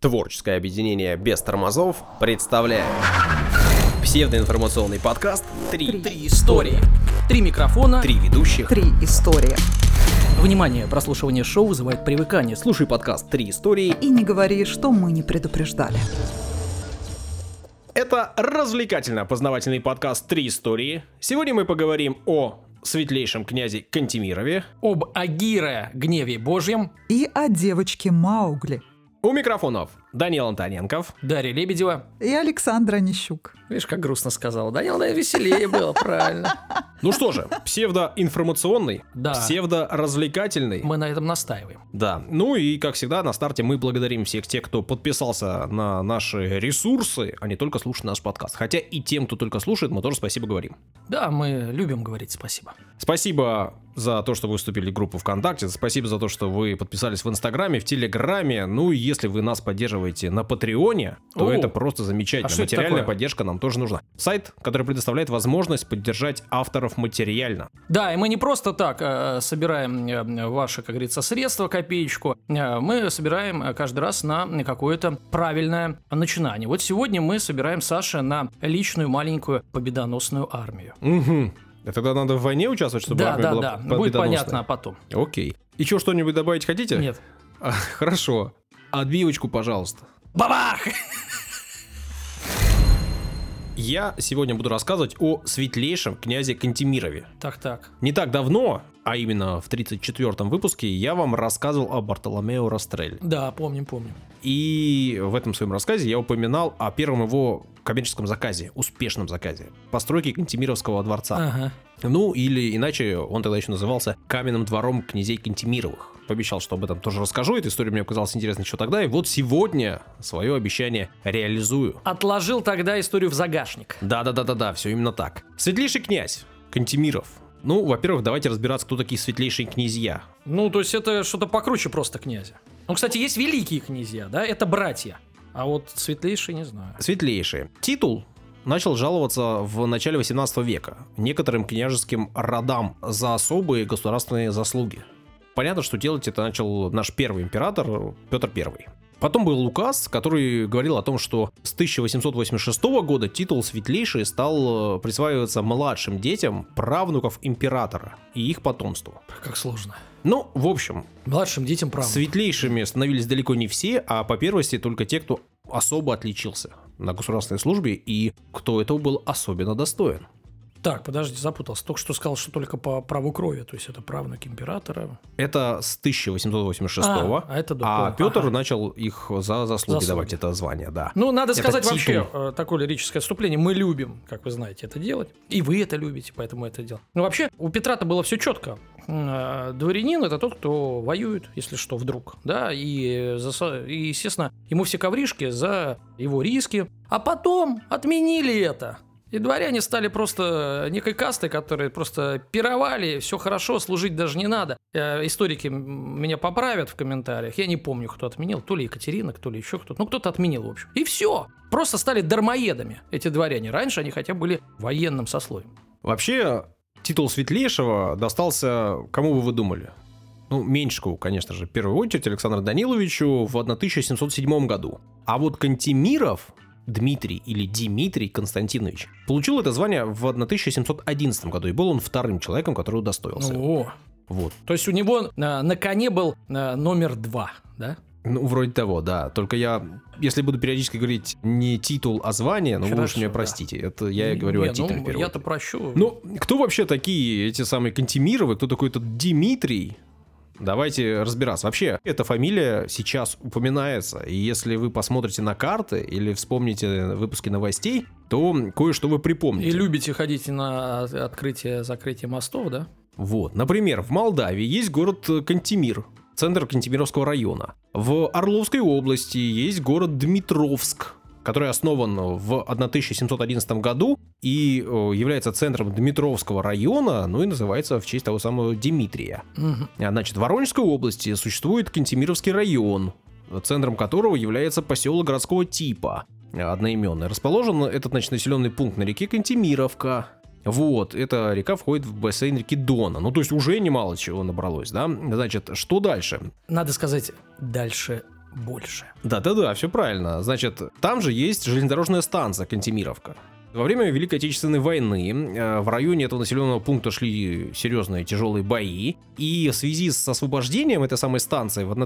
Творческое объединение «Без тормозов» представляет псевдоинформационный подкаст «Три истории». 3 микрофона, 3 ведущих, 3 истории. Внимание, прослушивание шоу вызывает привыкание. Слушай подкаст «Три истории». И не говори, что мы не предупреждали. Это развлекательно-познавательный подкаст «Три истории». Сегодня мы поговорим о светлейшем князе Кантемирове, Об Агире, гневе Божьем, И о девочке Маугли. у микрофонов Данил Антоненков, Дарья Лебедева. И Александра Нищук. Видишь, как грустно сказала. Данил, да, веселее было, правильно. Ну что же, псевдоинформационный, Да. псевдоразвлекательный. Мы на этом настаиваем. Да, ну и как всегда на старте мы благодарим всех тех, кто подписался на наши ресурсы, а не только слушает наш подкаст. Хотя и тем, кто только слушает, мы тоже спасибо говорим. Да, мы любим говорить спасибо. Спасибо за то, что вы вступили в группу ВКонтакте, спасибо за то, что вы подписались в Инстаграме, в Телеграме. Ну и если вы нас поддерживаете на Патреоне, то О, это просто замечательно. а что это Материальная такое? поддержка нам тоже нужна. Сайт, который предоставляет возможность поддержать авторов материально. Да, и мы не просто так собираем ваши, как говорится, средства, копеечку. Мы собираем каждый раз на какое-то правильное начинание. Вот сегодня мы собираем Саше на личную маленькую победоносную армию. Угу. А тогда надо в войне участвовать, чтобы Да, армия да, была да. Будет победоносной? понятно потом. Окей. Еще что-нибудь добавить хотите? Нет. Хорошо. Отбивочку, пожалуйста. Бабах! Я сегодня буду рассказывать о светлейшем князе Кантемирове. Так. Не так давно, а именно в 34-м выпуске, я вам рассказывал о Бартоломео Растрелле. Да, помним. И в этом своем рассказе я упоминал о первом его коммерческом заказе, успешном заказе, постройке Кантемировского дворца. Ага. Ну, или иначе он тогда еще назывался Каменным двором князей Кантемировых. Пообещал, что об этом тоже расскажу. Эта история мне показалась интересной еще тогда. И вот сегодня свое обещание реализую. Отложил тогда историю в загашник. Да, все именно так. Светлейший князь Кантемиров. Ну, во-первых, давайте разбираться, кто такие светлейшие князья. Ну, то есть это что-то покруче просто князя. Ну, кстати, есть великие князья, да, это братья. А вот светлейшие не знаю. Светлейшие. Титул начал жаловаться в начале 18 века некоторым княжеским родам за особые государственные заслуги. Понятно, что делать это начал наш первый император Петр I. Потом был указ, который говорил о том, что с 1886 года титул светлейший стал присваиваться младшим детям правнуков императора и их потомству. Как сложно. Ну, в общем, Младшим детям правда. светлейшими становились далеко не все, а по первости только те, кто особо отличился на государственной службе и кто этого был особенно достоин. Так, подожди, запутался. Только что сказал, что только по праву крови, то есть это правнук императора. Это с 1886 А это до а того. Петр Ага. начал их за заслуги давать это звание, да. Ну, надо Это сказать титул. вообще, такое лирическое отступление. Мы любим, как вы знаете, это делать. И вы это любите, поэтому мы это делаем. Ну, вообще, у Петра-то было все четко. Дворянин – это тот, кто воюет, если что, вдруг. Да, и, естественно, ему все ковришки за его риски. А потом отменили это. И дворяне стали просто некой кастой, которые просто пировали, все хорошо, служить даже не надо. Историки меня поправят в комментариях. Я не помню, кто отменил. То ли Екатерина, то ли еще кто-то. Ну, кто-то отменил, в общем. И все. Просто стали дармоедами эти дворяне. Раньше они хотя бы были военным сословием. Вообще, титул светлейшего достался, кому бы вы думали? Ну, Меньшикову, конечно же, в первую очередь, Александру Даниловичу в 1707 году. А вот Кантемиров Дмитрий или Дмитрий Константинович получил это звание в 1711 году, и был он вторым человеком, который удостоился. О, Вот. то есть у него на коне был номер 2, да? Ну, вроде того, да. Только я, если буду периодически говорить не титул, а звание, ну вы уж Хорошо, меня да. простите. Это я говорю о титуле в первую Я-то очередь. прощу. Ну, кто вообще такие эти самые Кантемировы? Кто такой этот Дмитрий? Давайте разбираться. Вообще, эта фамилия сейчас упоминается, и если вы посмотрите на карты или вспомните выпуски новостей, то кое-что вы припомните. И любите ходить на открытие-закрытие мостов, да? Вот, например, в Молдавии есть город Кантемир, центр Кантемировского района. В Орловской области есть город Дмитровск, который основан в 1711 году и является центром Дмитровского района, ну и называется в честь того самого Дмитрия. Значит, в Воронежской области существует Кантемировский район, центром которого является поселок городского типа, одноименный. Расположен этот, значит, населенный пункт на реке Кантемировка. Вот, эта река входит в бассейн реки Дона. Ну, то есть уже немало чего набралось, да? Значит, что дальше? Надо сказать, дальше больше. Да, все правильно. Значит, там же есть железнодорожная станция Кантемировка. Во время Великой Отечественной войны в районе этого населенного пункта шли серьезные тяжелые бои, и в связи с освобождением этой самой станции в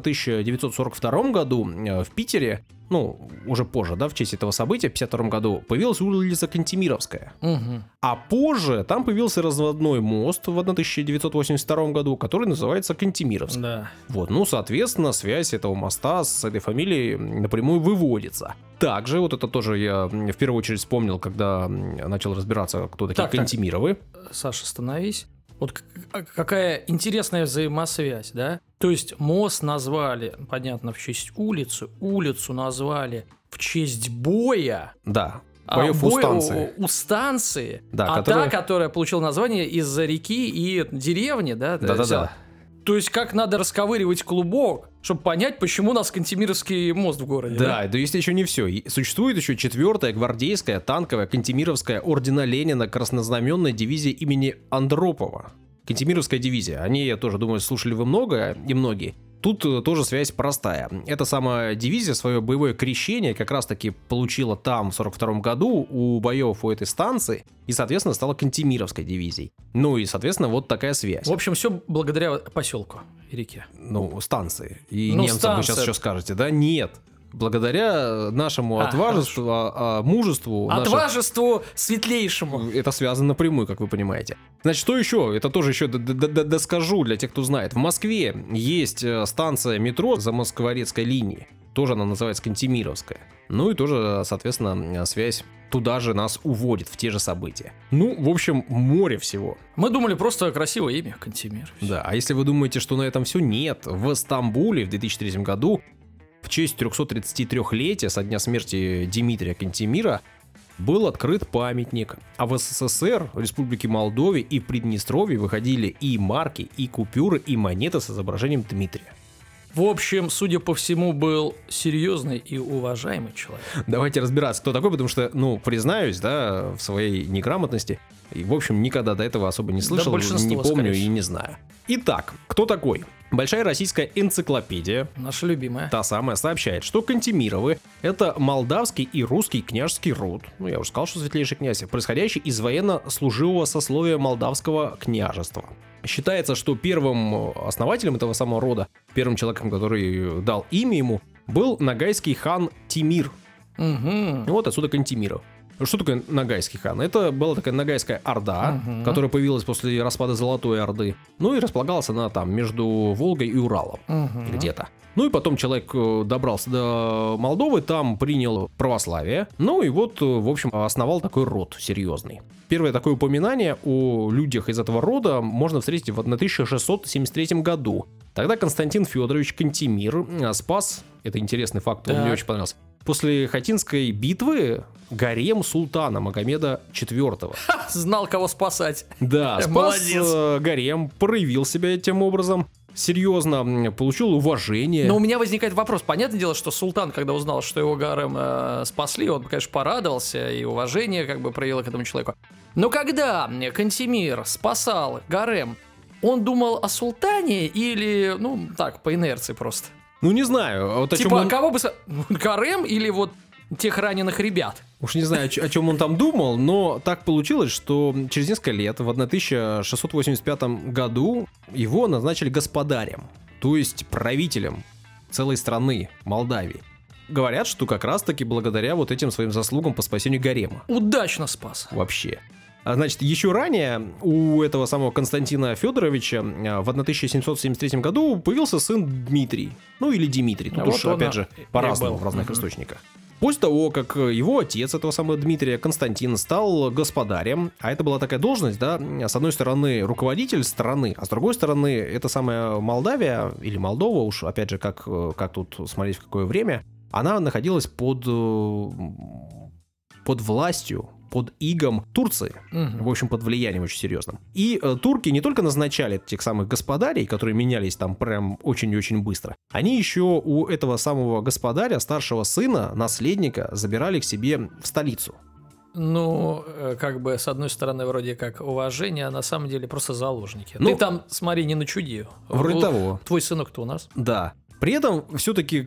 1942 году в Питере, уже позже, в честь этого события, в 1952 году, появилась улица Кантемировская. Угу. А позже там появился разводной мост в 1982 году, который называется Кантемировский. Да. Соответственно, связь этого моста с этой фамилией напрямую выводится. Также, это тоже я в первую очередь вспомнил, когда начал разбираться, кто такие Кантемировы. Саша, остановись. Вот какая интересная взаимосвязь, да? То есть мост назвали, понятно, в честь улицу назвали в честь боя. Да. Боев у станции. У станции. Да, та, которая получила название из-за реки и деревни, да? Да. То есть как надо расковыривать клубок, чтобы понять, почему у нас Кантемировский мост в городе. Да, если еще не все. Существует еще 4-я гвардейская танковая Кантемировская ордена Ленина краснознаменная дивизия имени Андропова. Кантемировская дивизия. О ней, я тоже думаю, слушали вы много и многие. Тут тоже связь простая. Эта самая дивизия свое боевое крещение как раз-таки получила там в 1942 году у боев у этой станции и, соответственно, стала Кантемировской дивизией. И, соответственно, вот такая связь. В общем, все благодаря поселку и реке. Станции. И немцам вы сейчас еще скажете, да? Нет. Благодаря нашему отважеству, мужеству... Отважеству светлейшему. Это связано напрямую, как вы понимаете. Значит, что еще? Это тоже еще доскажу для тех, кто знает. В Москве есть станция метро Замоскворецкой линии. Тоже она называется Кантемировская. И тоже, соответственно, связь туда же нас уводит, в те же события. В общем, море всего. Мы думали, просто красивое имя Кантемир. Да, а если вы думаете, что на этом все, нет. В Стамбуле в 2003 году в честь 333-летия со дня смерти Дмитрия Кантемира был открыт памятник. А в СССР, в Республике Молдове и Приднестровье выходили и марки, и купюры, и монеты с изображением Дмитрия. В общем, судя по всему, был серьезный и уважаемый человек. Давайте разбираться, кто такой, потому что, признаюсь, в своей неграмотности, и, в общем, никогда до этого особо не слышал, не помню и не знаю. Итак, кто такой? Большая российская энциклопедия, наша любимая, та самая, сообщает, что Кантемировы — это молдавский и русский княжеский род, я уже сказал, что светлейший князь, происходящий из военно-служивого сословия молдавского княжества. Считается, что первым основателем этого самого рода, первым человеком, который дал имя ему, был ногайский хан Тимир. Угу. Отсюда Кантемиров. Что такое ногайский хан? Это была такая ногайская орда, которая появилась после распада Золотой Орды. И располагалась она там, между Волгой и Уралом, где-то. И потом человек добрался до Молдовы, там принял православие. В общем, основал такой род серьезный. Первое такое упоминание о людях из этого рода можно встретить в 1673 году. Тогда Константин Федорович Кантемир спас, это интересный факт, он мне очень понравился, после Хатинской битвы гарем султана Магомеда IV. Знал, кого спасать. Да, спас гарем, проявил себя этим образом. Серьезно, получил уважение. Но у меня возникает вопрос. Понятное дело, что султан, когда узнал, что его гарем спасли, он, конечно, порадовался и уважение проявил к этому человеку. Но когда Кантемир спасал гарем, он думал о султане или, по инерции просто? Не знаю. Кого бы... Гарем или тех раненых ребят? Уж не знаю, о чем он там думал, но так получилось, что через несколько лет, в 1685 году, его назначили господарем, то есть правителем целой страны, Молдавии. Говорят, что как раз-таки благодаря этим своим заслугам по спасению гарема. Удачно спас. Вообще. Значит, еще ранее у этого самого Константина Федоровича в 1773 году появился сын Дмитрий. Или Дмитрий, тут уж, опять же, по-разному в разных источниках. После того, как его отец, этого самого Дмитрия, Константин, стал господарем, а это была такая должность, с одной стороны руководитель страны, а с другой стороны это самая Молдавия, или Молдова, уж опять же, как тут смотреть в какое время, она находилась под властью, под игом Турции, в общем, под влиянием очень серьезным. И турки не только назначали тех самых господарей, которые менялись там прям очень и очень быстро, они еще у этого самого господаря, старшего сына, наследника, забирали к себе в столицу. С одной стороны, вроде как уважение, а на самом деле просто заложники. Ты там, смотри, не начуди. Вроде того. Твой сынок-то у нас. Да. При этом все-таки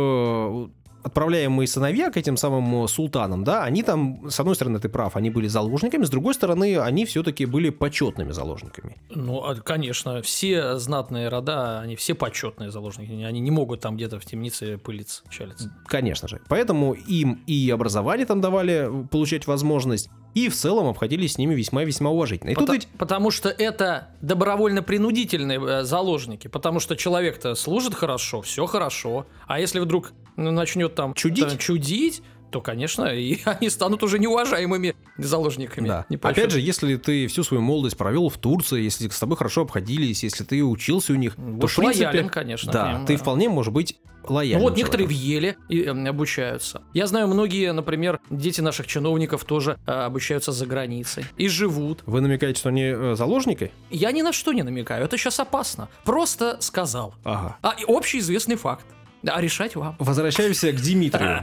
отправляемые сыновья к этим самым султанам, да, они там, с одной стороны, ты прав, они были заложниками, с другой стороны, они все-таки были почетными заложниками. Ну, конечно, все знатные рода, они все почетные заложники, они не могут там где-то в темнице пылиться, чалиться. Конечно же. Поэтому им и образование там давали получать возможность, и в целом обходились с ними весьма-весьма уважительно. И Потому что это добровольно-принудительные заложники, потому что человек-то служит хорошо, все хорошо, а если вдруг начнет там чудить, то, конечно, и они станут уже неуважаемыми заложниками. Да. Опять же, если ты всю свою молодость провел в Турции, если с тобой хорошо обходились, если ты учился у них, то, в принципе, лоялен, конечно. Да, ты вполне можешь быть лояльным. Ну вот некоторые в Еле обучаются. Я знаю, многие, например, дети наших чиновников тоже обучаются за границей и живут. Вы намекаете, что они заложники? Я ни на что не намекаю, это сейчас опасно. Просто сказал. Ага. Общеизвестный факт. А решать вам. Возвращаемся к Димитрию.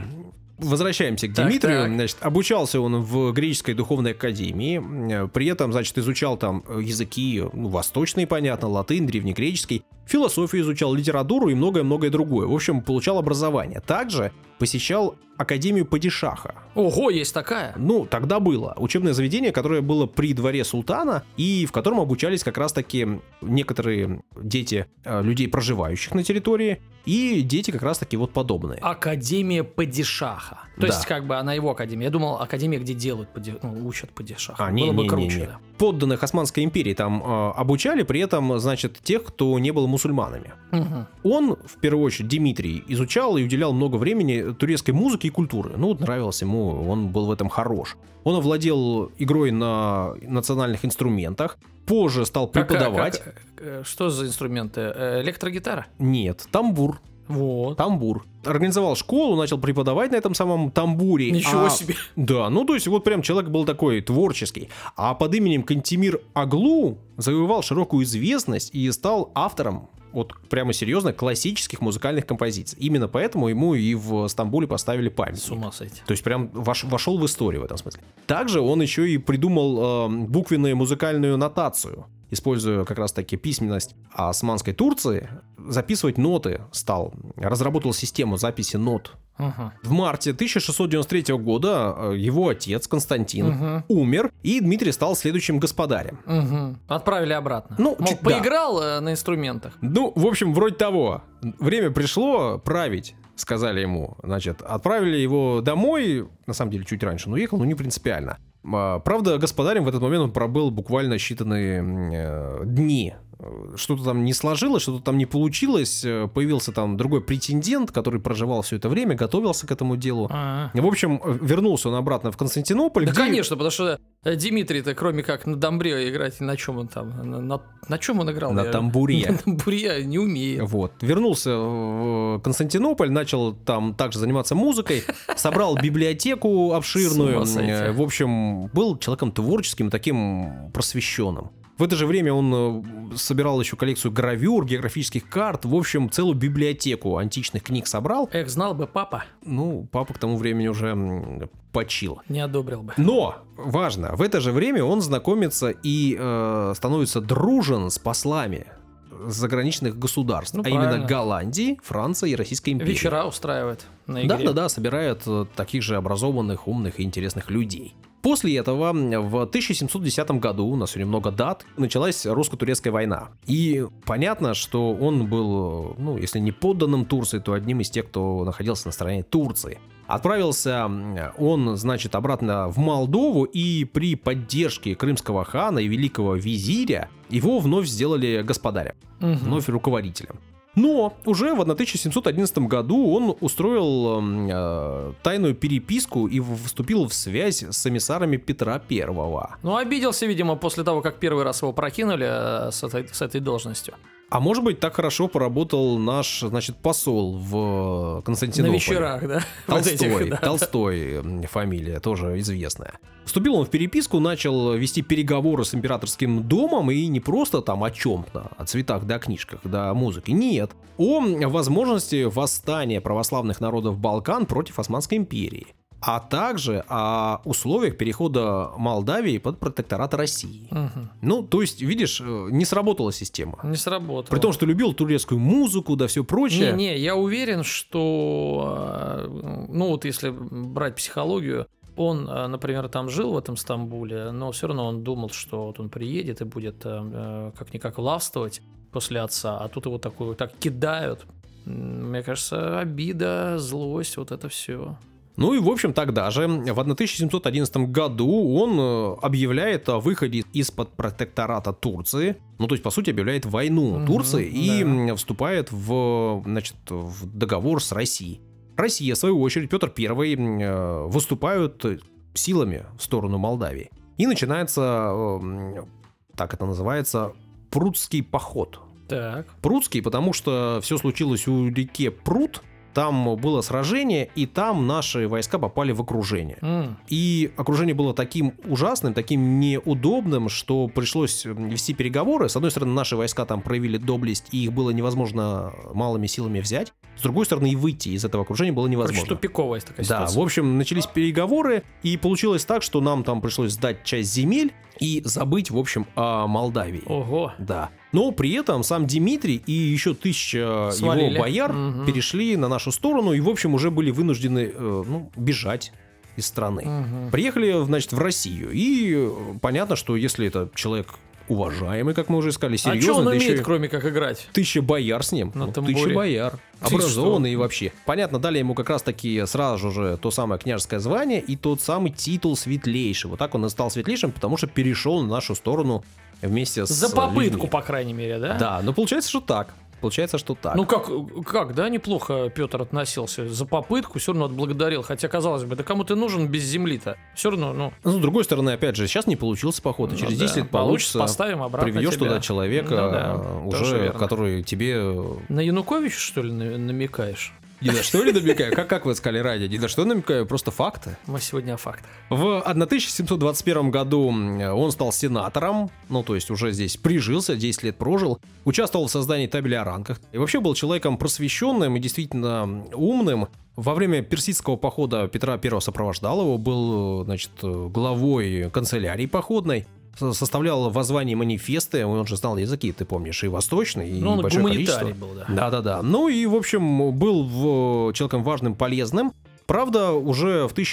Димитрию. Значит, обучался он в греческой духовной академии, при этом, значит, изучал там языки, восточные, понятно, латынь, древнегреческий, философию изучал, литературу и многое-многое другое. В общем, получал образование. Также посещал Академию падишаха. Ого, есть такая? Ну, тогда было. Учебное заведение, которое было при дворе султана, и в котором обучались как раз-таки некоторые дети людей, проживающих на территории, и дети как раз-таки вот подобные. Академия падишаха. То есть, как бы она его академия. Я думал, академия, где делают учат падишаха. Было бы круче. Да. Подданных Османской империи там обучали, при этом, значит, тех, кто не был мусульманами. Угу. Он, в первую очередь, Димитрий, изучал и уделял много времени турецкой музыке и культуры. Ну, вот нравилось ему, он был в этом хорош. Он овладел игрой на национальных инструментах, позже стал преподавать. Что за инструменты? Электрогитара? Нет, тамбур. Вот. Тамбур. Организовал школу, начал преподавать на этом самом тамбуре. Ничего себе. Да, ну то есть вот прям человек был такой творческий. А под именем Кантемир Оглу завоевал широкую известность и стал автором вот прямо серьезно классических музыкальных композиций. Именно поэтому ему и в Стамбуле поставили памятник. С ума сойти. То есть прям вошел в историю в этом смысле. Также он еще и придумал буквенную музыкальную нотацию. Используя как раз-таки письменность Османской Турции, записывать ноты стал. Разработал систему записи нот. В марте 1693 года его отец Константин умер, и Дмитрий стал следующим господарем. Отправили обратно. Ну, мол, поиграл на инструментах. Ну, в общем, вроде того. Время пришло править, сказали ему. Значит, отправили его домой, на самом деле чуть раньше он уехал, но не принципиально. Правда, господарем в этот момент он пробыл буквально считанные дни. Что-то там не сложилось, что-то там не получилось. Появился там другой претендент, который проживал все это время, готовился к этому делу. В общем, вернулся он обратно в Константинополь. Да, конечно, потому что Димитрий-то, кроме как на домбре играть, на чем он там? На чем он играл? На тамбуре. На тамбуре не умеет. Вот. Вернулся в Константинополь, начал там также заниматься музыкой, собрал библиотеку обширную. В общем, был человеком творческим, таким просвещенным. В это же время он собирал еще коллекцию гравюр, географических карт, в общем, целую библиотеку античных книг собрал. Эх, знал бы папа. Ну, папа к тому времени уже почил. Не одобрил бы. Но, важно, в это же время он знакомится и становится дружен с послами заграничных государств, именно Голландии, Франции и Российской империи. Вечера устраивает на игре. Да, собирает таких же образованных, умных и интересных людей. После этого в 1710 году, у нас сегодня много дат, началась русско-турецкая война. И понятно, что он был, если не подданным Турции, то одним из тех, кто находился на стороне Турции. Отправился он, значит, обратно в Молдову, и при поддержке крымского хана и великого визиря его вновь сделали господарем, вновь руководителем. Но уже в 1711 году он устроил тайную переписку и вступил в связь с эмиссарами Петра I. Ну, обиделся, видимо, после того, как первый раз его прокинули с этой должностью. А может быть, так хорошо поработал наш, значит, посол в Константинополе. На вечерах, да? Толстой фамилия, тоже известная. Вступил он в переписку, начал вести переговоры с императорским домом, и не просто там о чем-то, о цветах да о книжках, да о музыке, нет. О возможности восстания православных народов Балкан против Османской империи. а также о условиях перехода Молдавии под протекторат России. Мгм. Ну, то есть, видишь, не сработала система. Не сработало. При том, что любил турецкую музыку, да все прочее. Не, я уверен, что, ну вот если брать психологию, он, например, там жил в этом Стамбуле, но все равно он думал, что вот он приедет и будет как-никак властвовать после отца, а тут его так кидают. Мне кажется, обида, злость, вот это все. Ну и, в общем, тогда же, в 1711 году, он объявляет о выходе из-под протектората Турции, ну, то есть, по сути, объявляет войну Турции и вступает в договор с Россией. Россия, в свою очередь, Петр I выступают силами в сторону Молдавии. И начинается, так это называется, Прудский поход. Так. Прудский, потому что все случилось у реки Пруд. Там было сражение, и там наши войска попали в окружение. И окружение было таким ужасным, таким неудобным, что пришлось вести переговоры. С одной стороны, наши войска там проявили доблесть, и их было невозможно малыми силами взять. С другой стороны, и выйти из этого окружения было невозможно. Короче, тупиковая такая Да, ситуация. в общем, начались переговоры, и получилось так, что нам там пришлось сдать часть земель и забыть, в общем, о Молдавии. Ого. Да. Но при этом сам Дмитрий и еще 1000 Свалили. его бояр перешли на нашу сторону и, в общем, уже были вынуждены бежать из страны. Приехали, значит, в Россию. И понятно, что если это человек уважаемый, как мы уже сказали, серьезный, А что он да умеет, еще и кроме как играть? 1000 бояр с ним. На 1000 тамбуре. бояр. Ты Образованный что? и вообще. Понятно, дали ему как раз-таки сразу же то самое княжеское звание и тот самый титул светлейший. Вот так он и стал светлейшим, потому что перешел на нашу сторону вместе с За попытку, людьми. по крайней мере, да? Да, но получается, что так. Получается, что так. Ну как, да, неплохо Петр относился. За попытку все равно отблагодарил. Хотя, казалось бы, да кому ты нужен без земли-то? Все равно, ну... Ну, с другой стороны, опять же, сейчас не получился поход, и Ну через да, 10 лет получится, получится. поставим обратно Приведешь тебя. туда человека, Ну да, тоже уже, верно. который тебе... На Януковича, что ли, намекаешь? Ни на что ли намекаю? Как вы сказали ранее? Ни на что намекаю, просто факты. Мы сегодня о фактах. В 1721 году он стал сенатором, ну, то есть уже здесь прижился, 10 лет прожил, участвовал в создании табели о рангах, и вообще был человеком просвещенным и действительно умным. Во время персидского похода Петра I сопровождал его, был, значит, главой канцелярии походной, составлял воззвания и манифесты, он же знал языки, ты помнишь, и восточный, и Ну, он большое гуманитарий количество. был, да. Да-да-да. Ну и, в общем, был человеком важным, полезным. Правда, уже в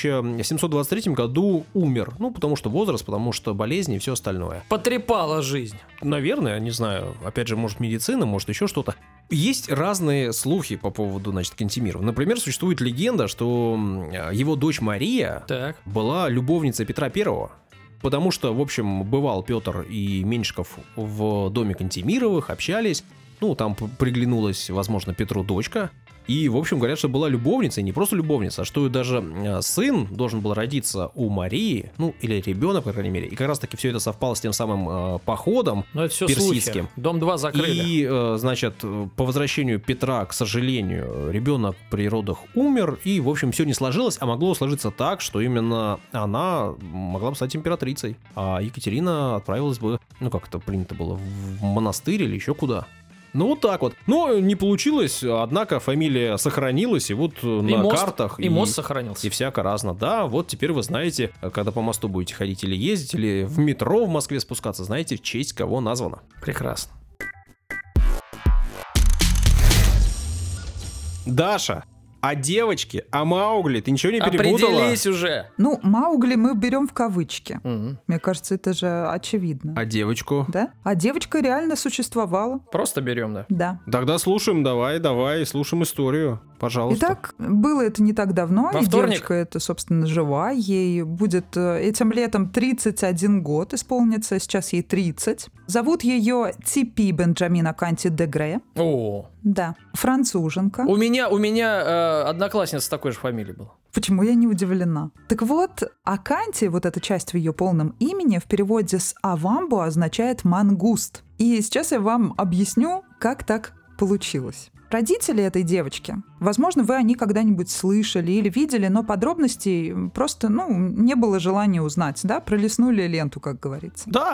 1723 году умер. Ну, потому что возраст, потому что болезни и все остальное. Потрепала жизнь. Наверное, не знаю, опять же, может, медицина, может, еще что-то. Есть разные слухи по поводу, значит, Кантемира. Например, существует легенда, что его дочь Мария Так. была любовницей Петра Первого. Потому что, в общем, бывал Петр и Меньшиков в доме Кантемировых, общались. Ну, там приглянулась, возможно, Петру дочка. И, в общем, говорят, что была любовница, и не просто любовница, а что даже сын должен был родиться у Марии, ну, или ребенок, по крайней мере. И как раз-таки все это совпало с тем самым походом Но это все персидским. слухи. Дом 2 закрыли. И, значит, по возвращению Петра, к сожалению, ребенок при родах умер, и, в общем, все не сложилось, а могло сложиться так, что именно она могла бы стать императрицей, а Екатерина отправилась бы, ну, как это принято было, в монастырь или еще куда. Ну, вот так вот. Но не получилось, однако фамилия сохранилась, и вот на картах... И мост сохранился. И всяко разно. Да, вот теперь вы знаете, когда по мосту будете ходить или ездить, или в метро в Москве спускаться, знаете, в честь кого названо. Прекрасно. Даша, а девочки, а Маугли, ты ничего не перепутала? Определись уже. Ну, Маугли мы берем в кавычки. Мгм. Мне кажется, это же очевидно. А девочку? Да? А девочка реально существовала. Просто берем, да. Да. Тогда слушаем, давай, слушаем историю, пожалуйста. Итак, было это не так давно, Во и вторник? девочка эта, собственно, жива. Ей будет этим летом 31 год исполнится, сейчас ей 30. Зовут ее Типи Бенджамина Канти де Гре. О, Да, француженка. у меня одноклассница такой же фамилии была. Почему я не удивлена? Так вот, Аканти, вот эта часть в ее полном имени, в переводе с авамбо означает «мангуст». И сейчас я вам объясню, как так получилось. Родители этой девочки, возможно, вы о них когда-нибудь слышали или видели, но подробностей просто, не было желания узнать, да, пролистнули ленту, как говорится. Да.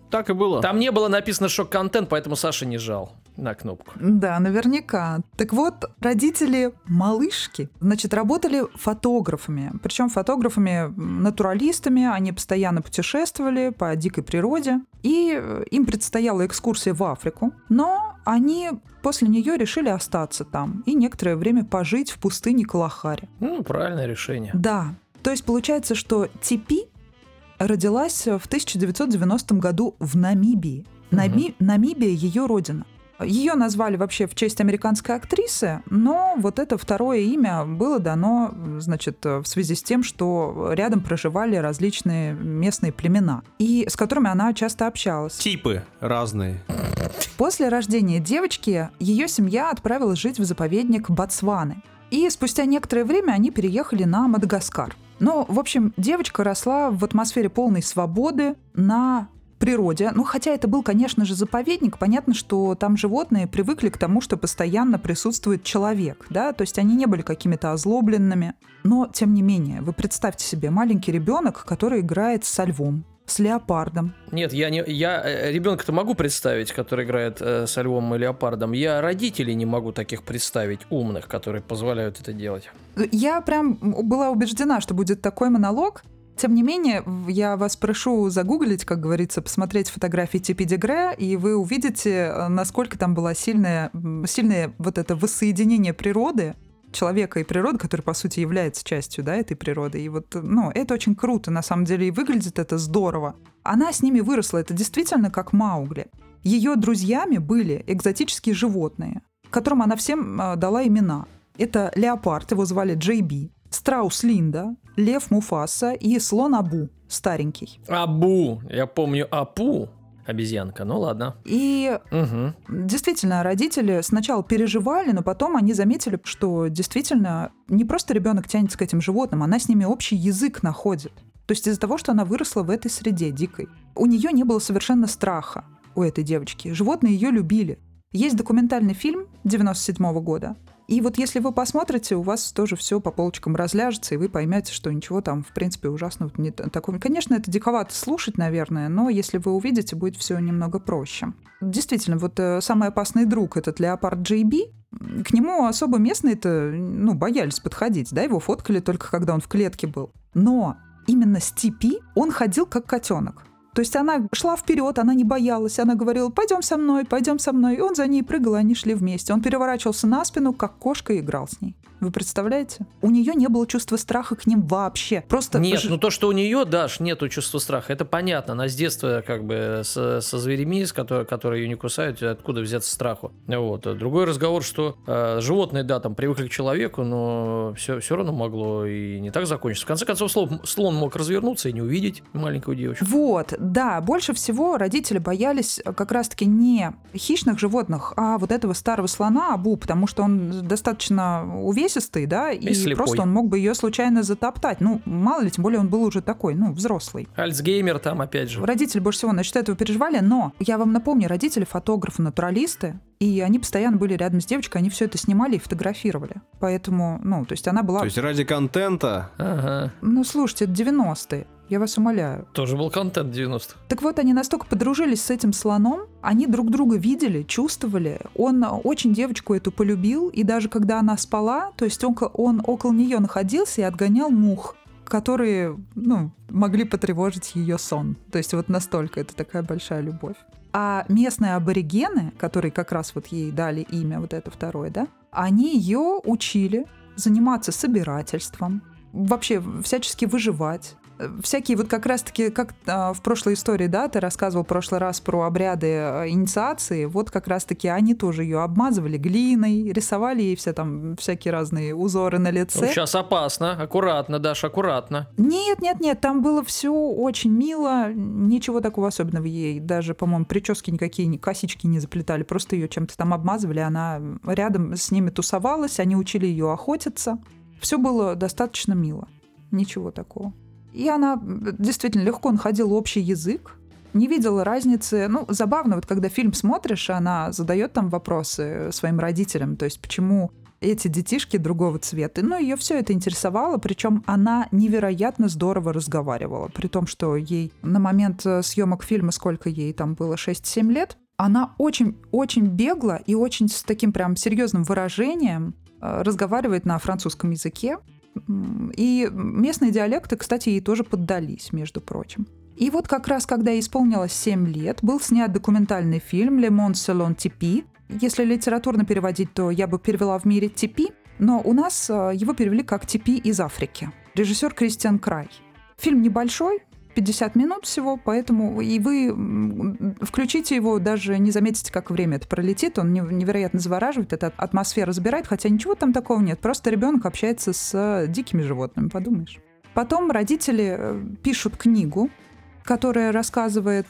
Так и было. Там не было написано шок-контент, поэтому Саша не жал на кнопку. Да, наверняка. Так вот, родители малышки, значит, работали фотографами. Причем фотографами-натуралистами. Они постоянно путешествовали по дикой природе. И им предстояла экскурсия в Африку. Но они после нее решили остаться там и некоторое время пожить в пустыне Калахари. Ну, правильное решение. Да. То есть получается, что Типи родилась в 1990 году в Намибии. Намибия — ее родина. Ее назвали вообще в честь американской актрисы, но вот это второе имя было дано, значит, в связи с тем, что рядом проживали различные местные племена, и с которыми она часто общалась. Типы разные. После рождения девочки ее семья отправилась жить в заповедник Ботсваны. И спустя некоторое время они переехали на Мадагаскар. Но, в общем, девочка росла в атмосфере полной свободы на природе. Ну, хотя это был, конечно же, заповедник, понятно, что там животные привыкли к тому, что постоянно присутствует человек, да, то есть они не были какими-то озлобленными. Но, тем не менее, вы представьте себе маленький ребенок, который играет со львом, с леопардом. Нет, я ребенка-то могу представить, который играет со львом и леопардом. Я родителей не могу таких представить, умных, которые позволяют это делать. Я прям была убеждена, что будет такой монолог. Тем не менее, я вас прошу загуглить, как говорится, посмотреть фотографии Типи Дегре, и вы увидите, насколько там было сильное вот это воссоединение природы, человека и природы, который, по сути, является частью, да, этой природы. И вот, ну, это очень круто, на самом деле, и выглядит это здорово. Она с ними выросла, это действительно как Маугли. Ее друзьями были экзотические животные, которым она всем дала имена. Это леопард, его звали Джей Би, страус Линда, лев Муфаса и слон Абу, старенький. Абу, я помню Апу, обезьянка, ну ладно. И действительно, родители сначала переживали, но потом они заметили, что действительно не просто ребенок тянется к этим животным, она с ними общий язык находит. То есть из-за того, что она выросла в этой среде дикой. У нее не было совершенно страха, у этой девочки. Животные ее любили. Есть документальный фильм 1997 года. И вот если вы посмотрите, у вас тоже все по полочкам разляжется, и вы поймете, что ничего там, в принципе, ужасного не такого. Конечно, это диковато слушать, наверное, но если вы увидите, будет все немного проще. Действительно, вот самый опасный друг, этот леопард Джей Би, к нему особо местные-то, боялись подходить, да, его фоткали только когда он в клетке был. Но именно с Типи он ходил как котенок. То есть она шла вперед, она не боялась, она говорила: пойдем со мной, и он за ней прыгал, и они шли вместе. Он переворачивался на спину, как кошка, и играл с ней. Вы представляете? У нее не было чувства страха к ним вообще. Просто нет, то, что у нее, Даш, нету чувства страха, это понятно. Она с детства как бы со зверями, которые ее не кусают, откуда взяться страху. Вот. Другой разговор, что животные, да, там привыкли к человеку, но все равно могло и не так закончиться. В конце концов, слон мог развернуться и не увидеть маленькую девочку. Вот, да, больше всего родители боялись как раз-таки не хищных животных, а вот этого старого слона Абу, потому что он достаточно увесистый, да, и слепой. Просто он мог бы ее случайно затоптать. Мало ли, тем более он был уже такой, взрослый. Альцгеймер там опять же. Родители больше всего, насчет этого переживали, но я вам напомню, родители фотографы, натуралисты, и они постоянно были рядом с девочкой, они все это снимали и фотографировали. Поэтому, то есть она была... То есть ради контента? Ага. Слушайте, это 90-е. Я вас умоляю. Тоже был контент 90-х. Так вот, они настолько подружились с этим слоном, они друг друга видели, чувствовали. Он очень девочку эту полюбил, и даже когда она спала, то есть он около нее находился и отгонял мух, которые, могли потревожить ее сон. То есть вот настолько это такая большая любовь. А местные аборигены, которые как раз вот ей дали имя, вот это второе, да, они ее учили заниматься собирательством, вообще всячески выживать. Всякие вот как раз-таки, как в прошлой истории, да, ты рассказывал в прошлый раз про обряды инициации, вот как раз-таки они тоже ее обмазывали глиной, рисовали ей все там всякие разные узоры на лице. Сейчас опасно, аккуратно, Даша, аккуратно. Нет, там было все очень мило, ничего такого особенного ей, даже, по-моему, прически никакие, косички не заплетали, просто ее чем-то там обмазывали, она рядом с ними тусовалась, они учили ее охотиться. Все было достаточно мило, ничего такого. И она действительно легко находила общий язык, не видела разницы. Забавно, вот когда фильм смотришь, она задает там вопросы своим родителям, то есть почему эти детишки другого цвета. Но ее все это интересовало, причем она невероятно здорово разговаривала, при том, что ей на момент съемок фильма, сколько ей там было, 6-7 лет, она очень бегло и очень с таким прям серьезным выражением разговаривает на французском языке. И местные диалекты, кстати, ей тоже поддались, между прочим. И вот как раз, когда ей исполнилось 7 лет, был снят документальный фильм «Le Monde selon Tipi». Если литературно переводить, то я бы перевела в мире Типи, но у нас его перевели как «Типи из Африки». Режиссер Кристиан Край. Фильм небольшой, 50 минут всего, поэтому и вы включите его, даже не заметите, как время это пролетит. Он невероятно завораживает, эта атмосфера забирает, хотя ничего там такого нет. Просто ребенок общается с дикими животными, подумаешь. Потом родители пишут книгу, которая рассказывает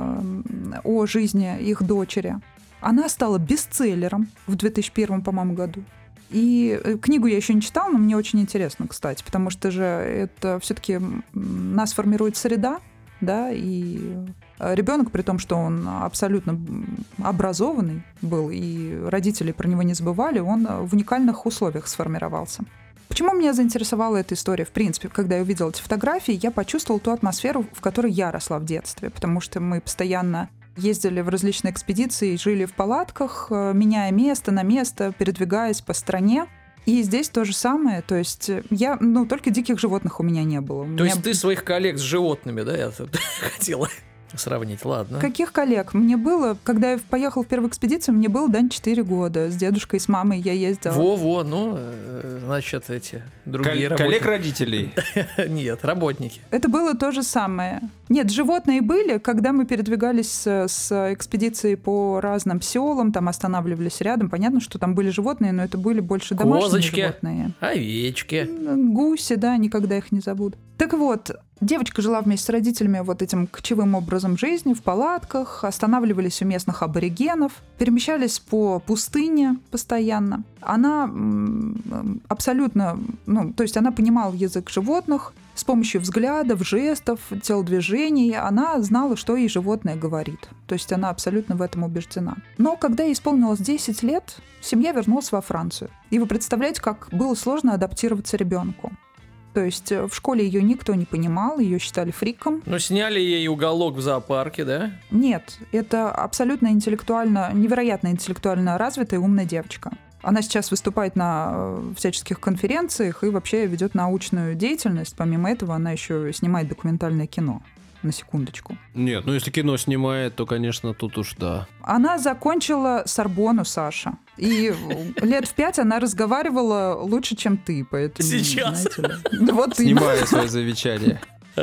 о жизни их дочери. Она стала бестселлером в 2001, по-моему, году. И книгу я еще не читала, но мне очень интересно, кстати, потому что же это все-таки нас формирует среда, да, и ребенок, при том, что он абсолютно образованный был, и родители про него не забывали, он в уникальных условиях сформировался. Почему меня заинтересовала эта история? В принципе, когда я увидела эти фотографии, я почувствовала ту атмосферу, в которой я росла в детстве, потому что мы постоянно ездили в различные экспедиции, жили в палатках, меняя место на место, передвигаясь по стране. И здесь то же самое. То есть я, только диких животных у меня не было. То есть ты своих коллег с животными, да, я хотела сравнить, ладно. Каких коллег? Мне было, когда я поехала в первую экспедицию, мне было, 4 года. С дедушкой, с мамой я ездила. Значит, эти другие коллег родителей? Нет, работники. Это было то же самое. Нет, животные были, когда мы передвигались с экспедицией по разным селам, там останавливались рядом. Понятно, что там были животные, но это были больше домашние животные. Овечки. Гуси, да, никогда их не забуду. Так вот, девочка жила вместе с родителями вот этим кочевым образом жизни, в палатках, останавливались у местных аборигенов, перемещались по пустыне постоянно. Она абсолютно, то есть она понимала язык животных, с помощью взглядов, жестов, телодвижений она знала, что ей животное говорит. То есть она абсолютно в этом убеждена. Но когда ей исполнилось 10 лет, семья вернулась во Францию. И вы представляете, как было сложно адаптироваться ребенку. То есть в школе ее никто не понимал, ее считали фриком. Сняли ей уголок в зоопарке, да? Нет, это абсолютно невероятно интеллектуально развитая и умная девочка. Она сейчас выступает на всяческих конференциях и вообще ведет научную деятельность. Помимо этого, она еще снимает документальное кино. На секундочку. Нет, если кино снимает, то, конечно, тут уж да. Она закончила Сорбонну, Саша. И лет в 5 она разговаривала лучше, чем ты. Поэтому, сейчас? Снимаю свое замечание.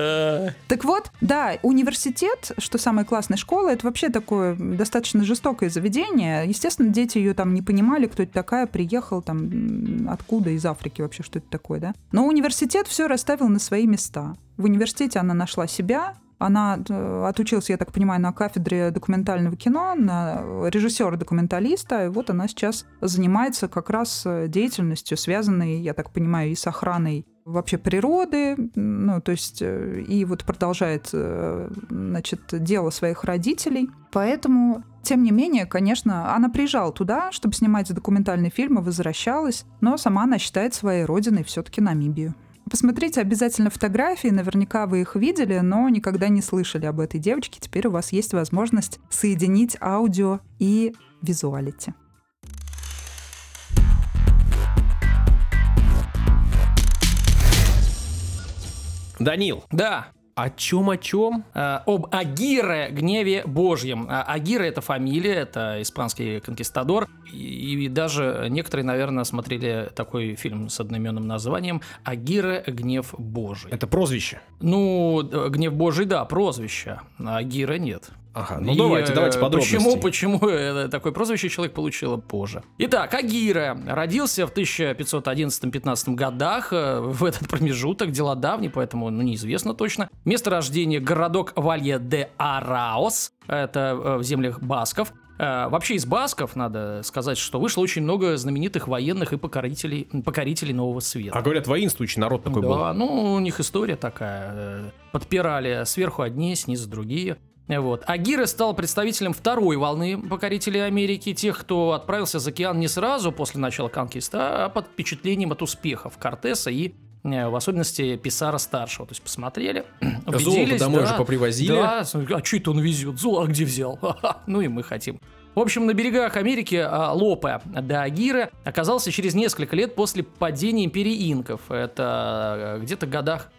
Так вот, да, университет, что самая классная школа, это вообще такое достаточно жестокое заведение. Естественно, дети ее там не понимали, кто это такая, приехал там откуда, из Африки вообще, что это такое, да. Но университет все расставил на свои места. В университете она нашла себя. Она отучилась, я так понимаю, на кафедре документального кино, на режиссера-документалиста. И вот она сейчас занимается как раз деятельностью, связанной, я так понимаю, и с охраной вообще природы, то есть и вот продолжает, дело своих родителей. Поэтому, тем не менее, конечно, она приезжала туда, чтобы снимать документальные фильмы, возвращалась, но сама она считает своей родиной все-таки Намибию. Посмотрите обязательно фотографии, наверняка вы их видели, но никогда не слышали об этой девочке. Теперь у вас есть возможность соединить аудио и визуалити. Данил. Да. О чем? Об Агире, гневе Божьем. Агире — это фамилия, это испанский конкистадор. И даже некоторые, наверное, смотрели такой фильм с одноименным названием «Агире, гнев Божий». Это прозвище? Гнев Божий, да, прозвище. А Агире нет. Ага, давайте подробности. Почему такое прозвище человек получил позже. Итак, Агире родился в 1511-15 годах. В этот промежуток, дела давние, поэтому неизвестно точно. Место рождения — городок Валье-де-Араос. Это в землях басков. Вообще из басков, надо сказать, что вышло очень много знаменитых военных и покорителей Нового Света. А говорят, воинствующий народ такой был. Да, у них история такая. Подпирали сверху одни, снизу другие. Вот. Агирре стал представителем второй волны покорителей Америки, тех, кто отправился за океан не сразу после начала конкиста, а под впечатлением от успехов Кортеса и в особенности Писаро-старшего. То есть посмотрели, убедились. Золото домой же попривозили. Да, а что это он везет? Золото где взял? Ну и мы хотим. В общем, на берегах Америки Лопе де Агирре оказался через несколько лет после падения империи инков. Это где-то в годах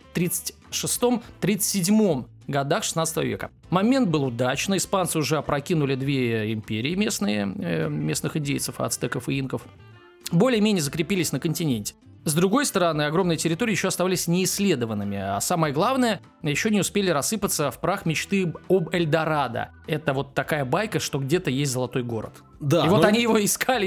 36-37 годах 16 века. Момент был удачный. Испанцы уже опрокинули две империи местных индейцев, ацтеков и инков. Более-менее закрепились на континенте. С другой стороны, огромные территории еще оставались неисследованными, а самое главное, еще не успели рассыпаться в прах мечты об Эльдорадо. Это вот такая байка, что где-то есть золотой город. Да, и вот они его искали,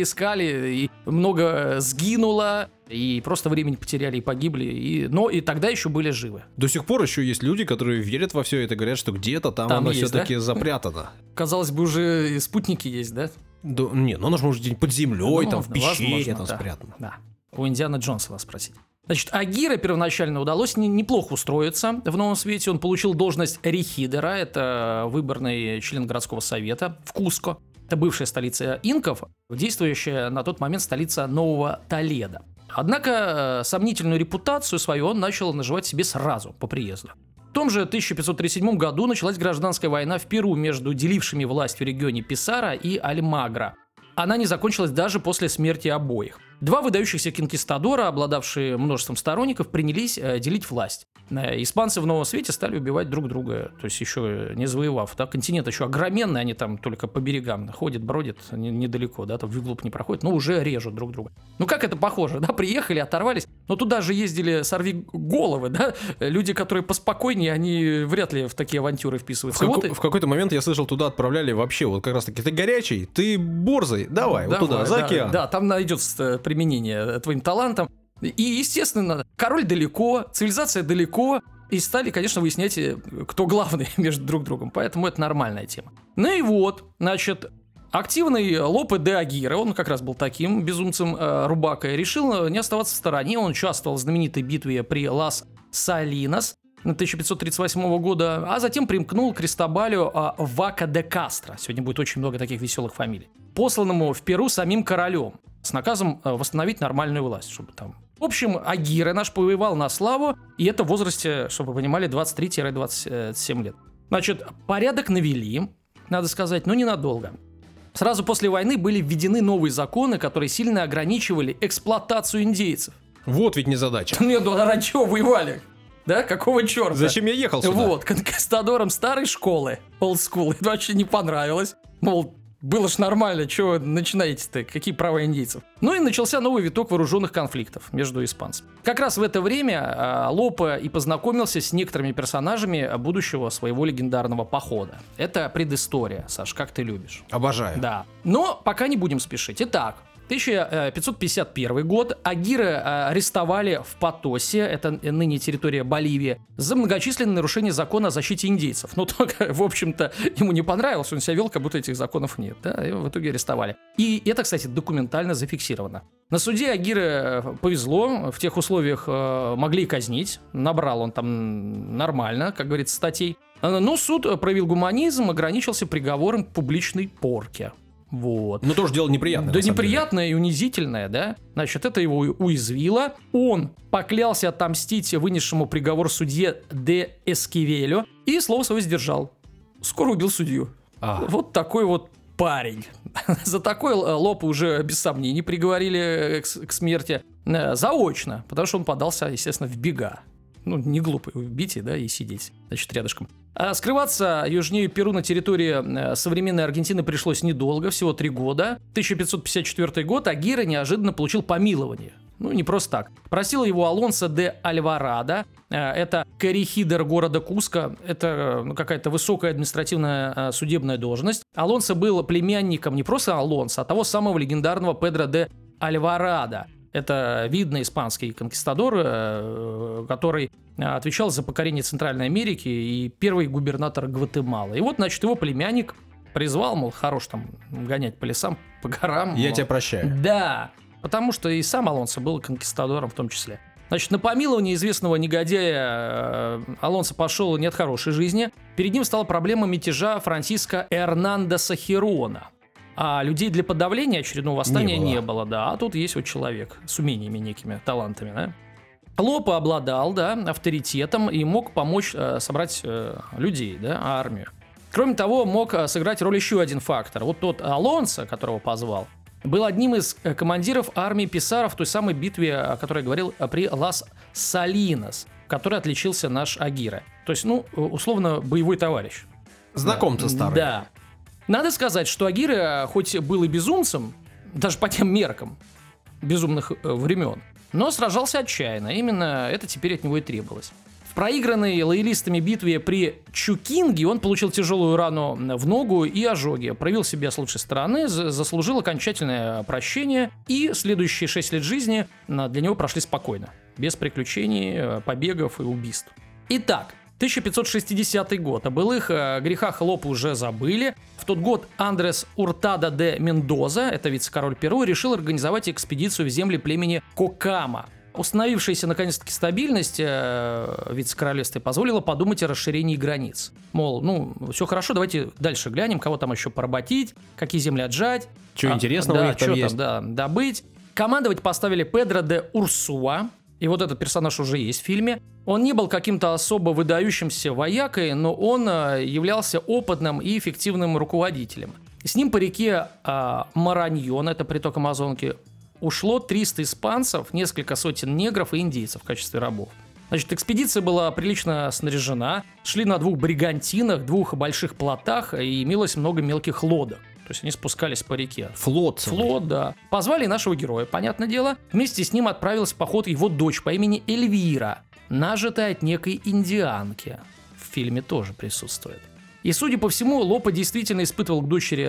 и много сгинуло, и просто времени потеряли и погибли, но и тогда еще были живы. До сих пор еще есть люди, которые верят во все это, говорят, что где-то там оно есть, все-таки да? запрятано. Казалось бы, уже и спутники есть, да? Да, нет, ну оно же может где-нибудь под землей, там в пещере возможно, там да. спрятано. Да. У Индиана Джонса вас спросить. Значит, Агирре первоначально удалось неплохо устроиться в Новом Свете. Он получил должность рехидера, это выборный член городского совета в Куско. Это бывшая столица инков, действующая на тот момент столица Нового Толедо. Однако сомнительную репутацию свою он начал наживать себе сразу по приезду. В том же 1537 году началась гражданская война в Перу между делившими власть в регионе Писаро и Альмагро. Она не закончилась даже после смерти обоих. Два выдающихся конкистадора, обладавшие множеством сторонников, принялись делить власть. Испанцы в Новом Свете стали убивать друг друга, то есть еще не завоевав. Да? Континент еще огроменный, они там только по берегам ходят, бродят недалеко, да, там вглубь не проходят, но уже режут друг друга. Ну как это похоже, да, приехали, оторвались, но туда же ездили сорвиголовы, да, люди, которые поспокойнее, они вряд ли в такие авантюры вписываются. В какой-то момент я слышал, туда отправляли вообще вот как раз таки, ты горячий, ты борзый, давай вот туда, за океан. Да, там найдется применение твоим талантам. И, естественно, король далеко, цивилизация далеко, и стали, конечно, выяснять, кто главный между друг другом. Поэтому это нормальная тема. Ну и вот, значит, активный Лопе де Агирре, он как раз был таким безумцем рубакой, решил не оставаться в стороне. Он участвовал в знаменитой битве при Лас-Салинас 1538 года, а затем примкнул к Кристобалю Вака де Кастро. Сегодня будет очень много таких веселых фамилий. Посланному в Перу самим королем с наказом восстановить нормальную власть, чтобы там... В общем, Агирре наш повоевал на славу, и это в возрасте, чтобы вы понимали, 23-27 лет. Значит, порядок навели, надо сказать, но ненадолго. Сразу после войны были введены новые законы, которые сильно ограничивали эксплуатацию индейцев. Вот ведь незадача. Нет, ну ради чего воевали? Да, какого черта? Зачем я ехал сюда? Вот, конкистадорам старой школы, old school, это вообще не понравилось. Мол, было ж нормально, чего начинаете-то, какие права индейцев? Ну и начался новый виток вооруженных конфликтов между испанцами. Как раз в это время Лопе и познакомился с некоторыми персонажами будущего своего легендарного похода. Это предыстория, Саш, как ты любишь. Обожаю. Да. Но пока не будем спешить. Итак, 1551 год. Агирре арестовали в Потосе, это ныне территория Боливии, за многочисленные нарушения закона о защите индейцев. Но только, в общем-то, ему не понравилось, он себя вел, как будто этих законов нет. Да? Его в итоге арестовали. И это, кстати, документально зафиксировано. На суде Агирре повезло, в тех условиях могли казнить, набрал он там нормально, как говорится, статей. Но суд проявил гуманизм, ограничился приговором к публичной порке. Вот. Ну, тоже дело неприятное. Да, неприятное и унизительное, да? Значит, это его уязвило. Он поклялся отомстить вынесшему приговор судье де Эскивелю и слово свое сдержал. Скоро убил судью. Вот такой вот парень. За такой Лопе уже без сомнений приговорили к смерти заочно, потому что он подался, естественно, в бега. Ну, не глупо убить, да, и сидеть, значит, рядышком. А скрываться южнее Перу на территории современной Аргентины пришлось недолго, всего 3 года. 1554 год Агирре неожиданно получил помилование. Ну, не просто так. Просил его Алонсо де Альварадо, это коррехидер города Куско, это какая-то высокая административная судебная должность. Алонсо был племянником не просто Алонсо, а того самого легендарного Педро де Альварадо. Это видный испанский конкистадор, который отвечал за покорение Центральной Америки и первый губернатор Гватемалы. И вот, значит, его племянник призвал, мол, хорош там гонять по лесам, по горам. Я тебя прощаю. Да, потому что и сам Алонсо был конкистадором в том числе. Значит, на помилование известного негодяя Алонсо пошел не от хорошей жизни. Перед ним стала проблема мятежа Франсиско Эрнандеса Хирона. А людей для подавления очередного восстания не было, да. А тут есть вот человек с умениями некими, талантами, да. Лопе обладал, да, авторитетом и мог помочь собрать людей, да, армию. Кроме того, мог сыграть роль еще один фактор. Вот тот Алонсо, которого позвал, был одним из командиров армии писаров в той самой битве, о которой я говорил, при Лас-Салинас, в которой отличился наш Агире. То есть, ну, условно, боевой товарищ. Знакомцы старые. Да. Надо сказать, что Агире хоть был и безумцем, даже по тем меркам безумных времен, но сражался отчаянно. Именно это теперь от него и требовалось. В проигранной лоялистами битве при Чукинге он получил тяжелую рану в ногу и ожоги. Проявил себя с лучшей стороны, заслужил окончательное прощение, и следующие 6 лет жизни для него прошли спокойно, без приключений, побегов и убийств. Итак, 1560 год. О былых грехах Лопе уже забыли. В тот год Андрес Уртадо де Мендоза, это вице-король Перу, решил организовать экспедицию в земли племени Кокама. Установившаяся наконец-таки стабильность вице-королевства позволила подумать о расширении границ. Мол, ну, все хорошо, давайте дальше глянем, кого там еще поработить, какие земли отжать. Что интересного у них там есть. Добыть. Командовать поставили Педро де Урсуа. И вот этот персонаж уже есть в фильме. Он не был каким-то особо выдающимся воякой, но он являлся опытным и эффективным руководителем. С ним по реке Мараньон, это приток Амазонки, ушло 300 испанцев, несколько сотен негров и индейцев в качестве рабов. Значит, экспедиция была прилично снаряжена, шли на 2 бригантинах, 2 больших плотах, и имелось много мелких лодок. То есть они спускались по реке. Флот, да. Позвали нашего героя, понятное дело. Вместе с ним отправилась в поход его дочь по имени Эльвира, нажитая от некой индианки. В фильме тоже присутствует. И, судя по всему, Лопе действительно испытывал к дочери,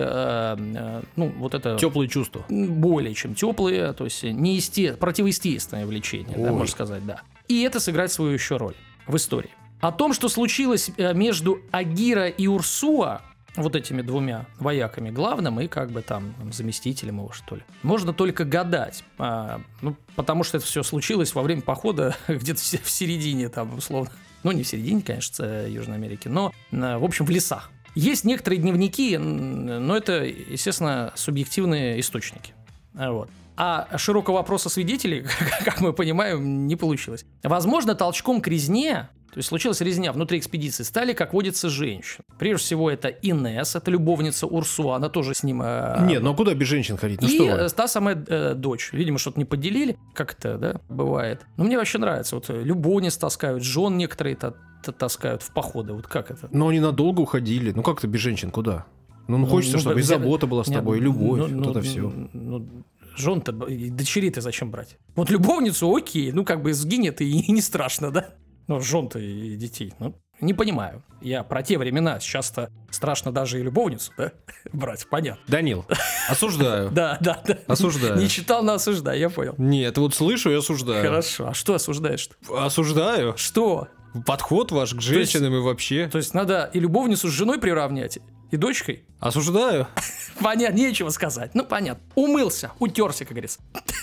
вот это... Теплые чувства. Более чем теплые, то есть противоестественное влечение, да, можно сказать, да. И это сыграет свою еще роль в истории. О том, что случилось между Агире и Урсуа, вот этими 2 вояками, главным и как бы там заместителем его, что ли, можно только гадать. Потому что это все случилось во время похода где-то в середине, там, условно. Ну, не в середине, конечно, Южной Америки, но, в общем, в лесах. Есть некоторые дневники, но это, естественно, субъективные источники. Вот. А широкого опроса свидетелей, как мы понимаем, не получилось. Возможно, толчком к резне, то есть случилась резня внутри экспедиции, стали, как водится, женщины. Прежде всего, это Инесс, это любовница Урсуа, она тоже с ним... Нет, ну а куда без женщин ходить? Ну, и что вы? та самая дочь. Видимо, что-то не поделили, как это, да, бывает. Но мне вообще нравится. Вот любовниц таскают, жен некоторые таскают в походы. Вот как это? Но они надолго уходили. Ну как-то без женщин куда? Ну хочется, чтобы и забота была с тобой, и любовь, вот это все. Жен-то, дочерей-то зачем брать? Вот любовницу, окей, ну как бы сгинет и не страшно, да? Ну, жен-то и детей, ну, не понимаю. Я про те времена, сейчас-то страшно даже и любовницу, да, брать, понятно. Данил, осуждаю. Да. Осуждаю. Не читал, но осуждаю, я понял. Нет, вот слышу и осуждаю. Хорошо, а что осуждаешь-то? Осуждаю. Что? Подход ваш к женщинам и вообще. То есть надо и любовницу с женой приравнять, и дочкой? Осуждаю. Понятно, нечего сказать. Ну, понятно. Умылся, утерся, как говорится.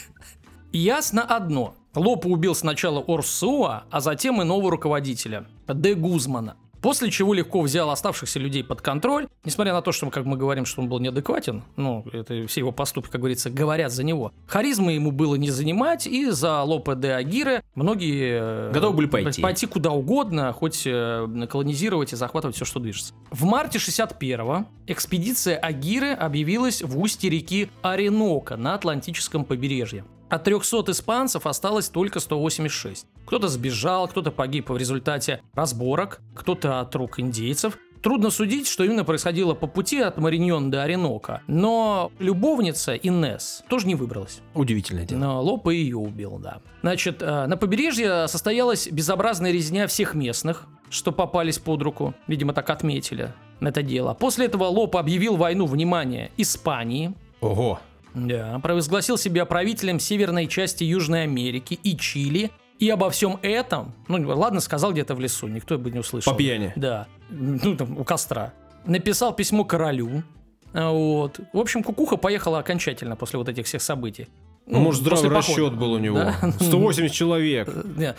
Ясно одно. Лопе убил сначала Урсуа, а затем и нового руководителя, де Гузмана. После чего легко взял оставшихся людей под контроль. Несмотря на то, что, как мы говорим, что он был неадекватен, ну, это все его поступки, как говорится, говорят за него. Харизмы ему было не занимать, и за Лопе де Агире многие готовы были пойти куда угодно, хоть колонизировать и захватывать все, что движется. В марте 61-го экспедиция Агире объявилась в устье реки Оренока на Атлантическом побережье. От 300 испанцев осталось только 186. Кто-то сбежал, кто-то погиб в результате разборок, кто-то от рук индейцев. Трудно судить, что именно происходило по пути от Мараньон до Оренока. Но любовница Инесс тоже не выбралась. Удивительное дело. Но Лопе ее убил, да. Значит, на побережье состоялась безобразная резня всех местных, что попались под руку. Видимо, так отметили это дело. После этого Лопе объявил войну, внимание, Испании. Ого. Да, провозгласил себя правителем северной части Южной Америки и Чили. И обо всем этом, ну ладно, сказал где-то в лесу, никто бы не услышал. По пьяни. Да, ну там у костра. Написал письмо королю. Вот. В общем, кукуха поехала окончательно после вот этих всех событий. Ну, может, здравый после расчет похода. был у него. Да? 180 человек. Нет,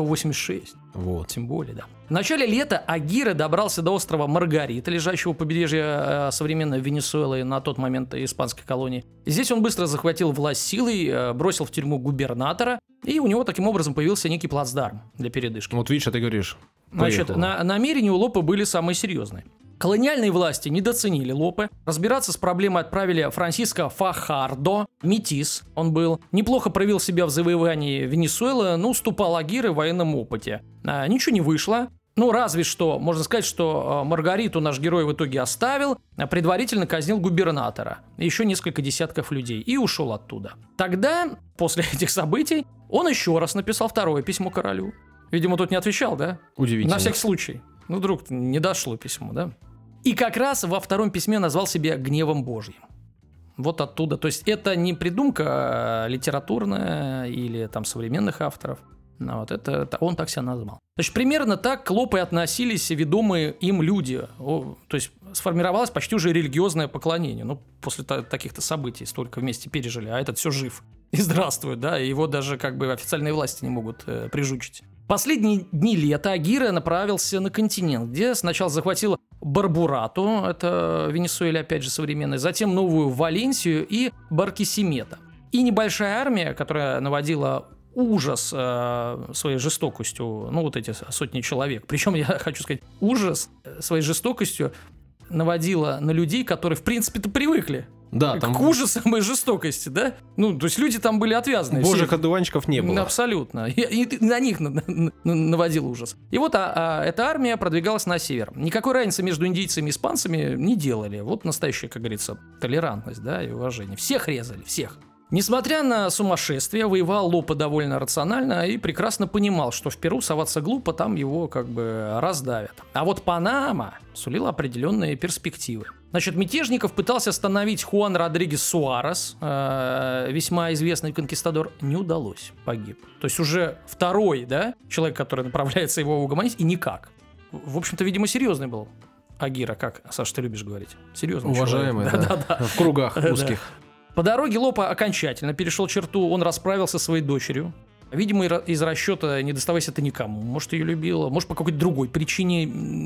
186. Вот. Тем более, да. В начале лета Агира добрался до острова Маргарита, лежащего у побережья современной Венесуэлы, на тот момент испанской колонии. Здесь он быстро захватил власть силой, бросил в тюрьму губернатора, и у него таким образом появился некий плацдарм для передышки. Вот видишь, а ты говоришь. Значит, поехала. намерения у Лопе были самые серьезные. Колониальные власти недооценили Лопе. Разбираться с проблемой отправили Франсиско Фахардо, метис он был. Неплохо проявил себя в завоевании Венесуэлы, но уступал Агире в военном опыте. Ничего не вышло. Ну, разве что, можно сказать, что Маргариту наш герой в итоге оставил, предварительно казнил губернатора, еще несколько десятков людей и ушел оттуда. Тогда, после этих событий, он еще раз написал второе письмо королю. Видимо, тот не отвечал, да? Удивительно. На всякий случай. Ну, вдруг не дошло письмо, да? И как раз во втором письме назвал себя гневом Божьим. Вот оттуда. То есть это не придумка литературная или там современных авторов. Вот это он так себя назвал. Значит, примерно так к Лопе относились ведомые им люди. То есть сформировалось почти уже религиозное поклонение. Ну, после таких-то событий столько вместе пережили, а этот все жив. И здравствует, да, и его даже как бы официальные власти не могут прижучить. Последние дни лета Агира направился на континент, где сначала захватил Барбурату, это Венесуэля, опять же, современная, затем Новую Валенсию и Баркисимето. И небольшая армия, которая наводила ужас своей жестокостью, ну вот эти сотни человек. Причем, я хочу сказать, ужас своей жестокостью наводила на людей, которые, в принципе-то, привыкли. Да, там к ужасам и жестокости, да? Ну, то есть люди там были отвязные. божьих все. одуванчиков не было. Абсолютно. И на них наводил ужас. И вот эта армия продвигалась на север. Никакой разницы между индийцами и испанцами не делали. Вот настоящая, как говорится, толерантность, да, и уважение. Всех резали, всех. Несмотря на сумасшествие, воевал Лопе довольно рационально и прекрасно понимал, что в Перу соваться глупо, там его как бы раздавят. А вот Панама сулила определенные перспективы. Значит, мятежников пытался остановить Хуан Родригес Суарес, весьма известный конкистадор, не удалось, погиб. То есть уже второй, да, человек, который направляется его угомонить, и никак. В общем-то, видимо, серьезный был Агира, как, Саша, ты любишь говорить. Серьезный Уважаемый, человек. да. В кругах узких. По дороге Лопе окончательно перешел черту, он расправился со своей дочерью. Видимо, из расчета не доставаясь это никому. Может, ее любила, может, по какой-то другой причине,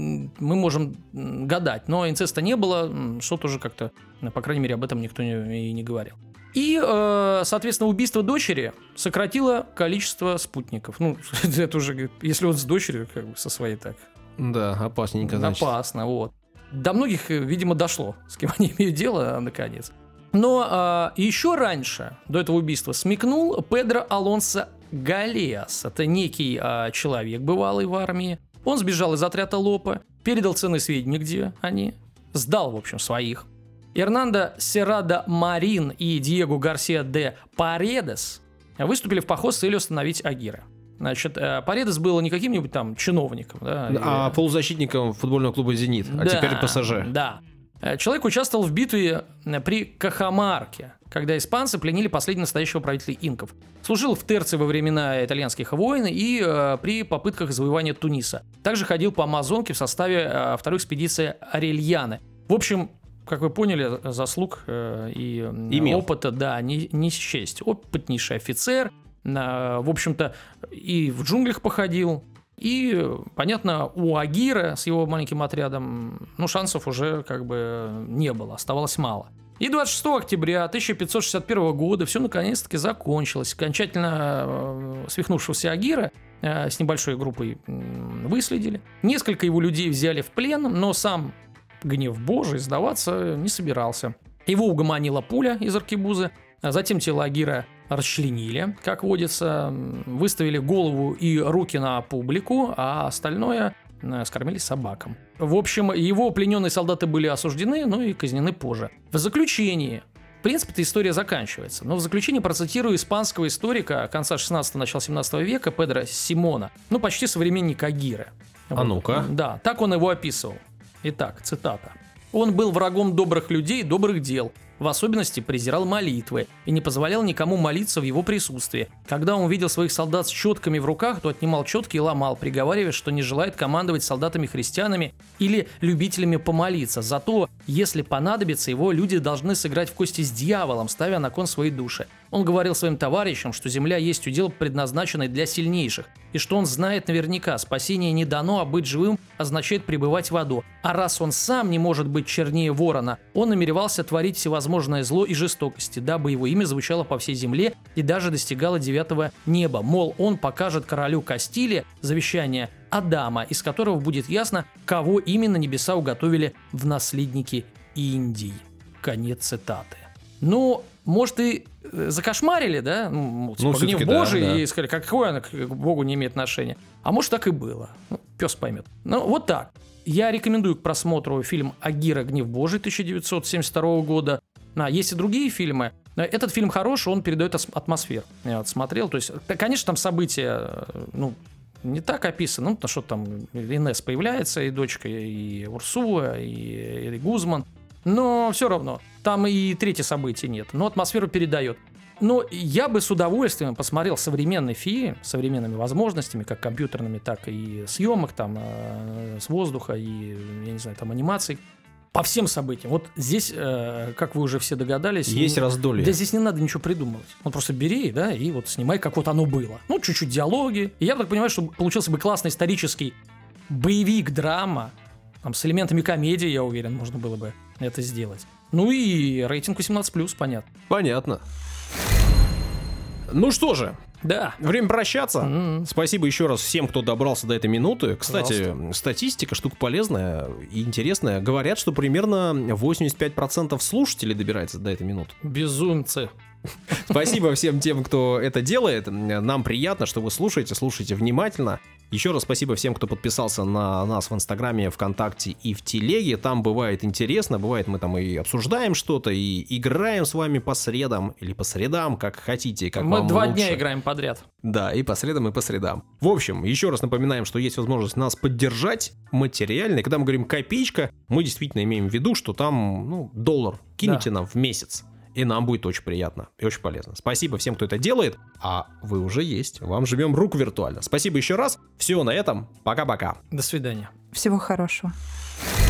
мы можем гадать. Но инцеста не было, что тоже как-то, по крайней мере, об этом никто и не говорил. И, соответственно, убийство дочери сократило количество спутников. Ну, это уже, если он с дочерью, как бы со своей так. Да, опасненько, значит. Опасно, вот. До многих, видимо, дошло, с кем они имеют дело, наконец. Но еще раньше, до этого убийства, смекнул Педро Алонсо Галеас. Это некий человек, бывалый в армии. Он сбежал из отряда Лопе, передал ценные сведения, где они, сдал, в общем, своих. Эрнандо Серрадо Марин и Диего Гарсия де Паредес выступили в поход с целью остановить Агира. Значит, Паредес был не каким-нибудь там чиновником, да, а полузащитником футбольного клуба «Зенит», а теперь ПСЖ. Да. Человек участвовал в битве при Кахамарке, когда испанцы пленили последнего настоящего правителя инков. Служил в Терце во времена итальянских войн и при попытках завоевания Туниса. Также ходил по Амазонке в составе второй экспедиции Орельяны. В общем, как вы поняли, заслуг и имел. Опыта, да, не счесть. Опытнейший офицер, в общем-то, и в джунглях походил. И, понятно, у Агира с его маленьким отрядом, шансов уже как бы не было, оставалось мало. И 26 октября 1561 года все наконец-таки закончилось. Окончательно свихнувшегося Агира с небольшой группой выследили. Несколько его людей взяли в плен, но сам гнев Божий сдаваться не собирался. Его угомонила пуля из аркебузы. Затем тело Агира расчленили, как водится, выставили голову и руки на публику, а остальное скормили собакам. В общем, его плененные солдаты были осуждены, но и казнены позже. В заключении, в принципе, эта история заканчивается, но в заключении процитирую испанского историка конца 16-го, начала 17 века Педро Симона, почти современник Агиры. А ну-ка. Да, так он его описывал. Итак, цитата. «Он был врагом добрых людей и добрых дел. В особенности презирал молитвы и не позволял никому молиться в его присутствии. Когда он видел своих солдат с четками в руках, то отнимал четки и ломал, приговаривая, что не желает командовать солдатами-христианами или любителями помолиться. Зато, если понадобится, его люди должны сыграть в кости с дьяволом, ставя на кон свои души. Он говорил своим товарищам, что земля есть удел, предназначенный для сильнейших, и что он знает наверняка, спасение не дано, а быть живым означает пребывать в аду. А раз он сам не может быть чернее ворона, он намеревался творить всевозможное зло и жестокости, дабы его имя звучало по всей земле и даже достигало 9-го неба. Мол, он покажет королю Кастилии завещание Адама, из которого будет ясно, кого именно небеса уготовили в наследники Индии. Конец цитаты. Ну, может, и закошмарили, да? Типа, гнев Божий, да. И сказали, какое она к Богу не имеет отношения. А может, так и было. Пес поймет. Ну, вот так. Я рекомендую к просмотру фильм «Агира. Гнев Божий» 1972 года. Есть и другие фильмы. Этот фильм хороший, он передает атмосферу. Я вот смотрел. То есть, конечно, там события, не так описано. Ну, потому что там Инесс появляется, и дочка, и Урсула, и Гузман. Но все равно, там и третье событие нет, но атмосферу передает. Но я бы с удовольствием посмотрел современный фильм, с современными возможностями, как компьютерными, так и съемок, там, с воздуха, и, я не знаю, там, анимаций, по всем событиям. Вот здесь, как вы уже все догадались... Есть раздолье. Да здесь не надо ничего придумывать. Просто бери, да, и вот снимай, как вот оно было. Чуть-чуть диалоги. И я так понимаю, что получился бы классный исторический боевик-драма, там, с элементами комедии, я уверен, можно было бы это сделать. Ну и рейтинг 18+, понятно. Понятно. Ну что же, да. Время прощаться. Спасибо еще раз всем, кто добрался до этой минуты. Кстати, статистика штука полезная и интересная. Говорят, что примерно 85% слушателей добирается до этой минуты. Безумцы. Спасибо всем тем, кто это делает. Нам приятно, что вы слушаете внимательно. Еще раз спасибо всем, кто подписался на нас в Инстаграме, ВКонтакте и в Телеге. Там бывает интересно, бывает мы там и обсуждаем что-то, и играем с вами по средам, или по средам, как хотите, как мы вам 2 лучше. дня играем подряд. Да, и по средам, и по средам. В общем, еще раз напоминаем, что есть возможность нас поддержать материально. И когда мы говорим копеечка, мы действительно имеем в виду, что там, $1 кинете нам в месяц. И нам будет очень приятно и очень полезно. Спасибо всем, кто это делает. А вы уже есть. Вам жмем руку виртуально. Спасибо еще раз. Все на этом. Пока-пока. До свидания. Всего хорошего.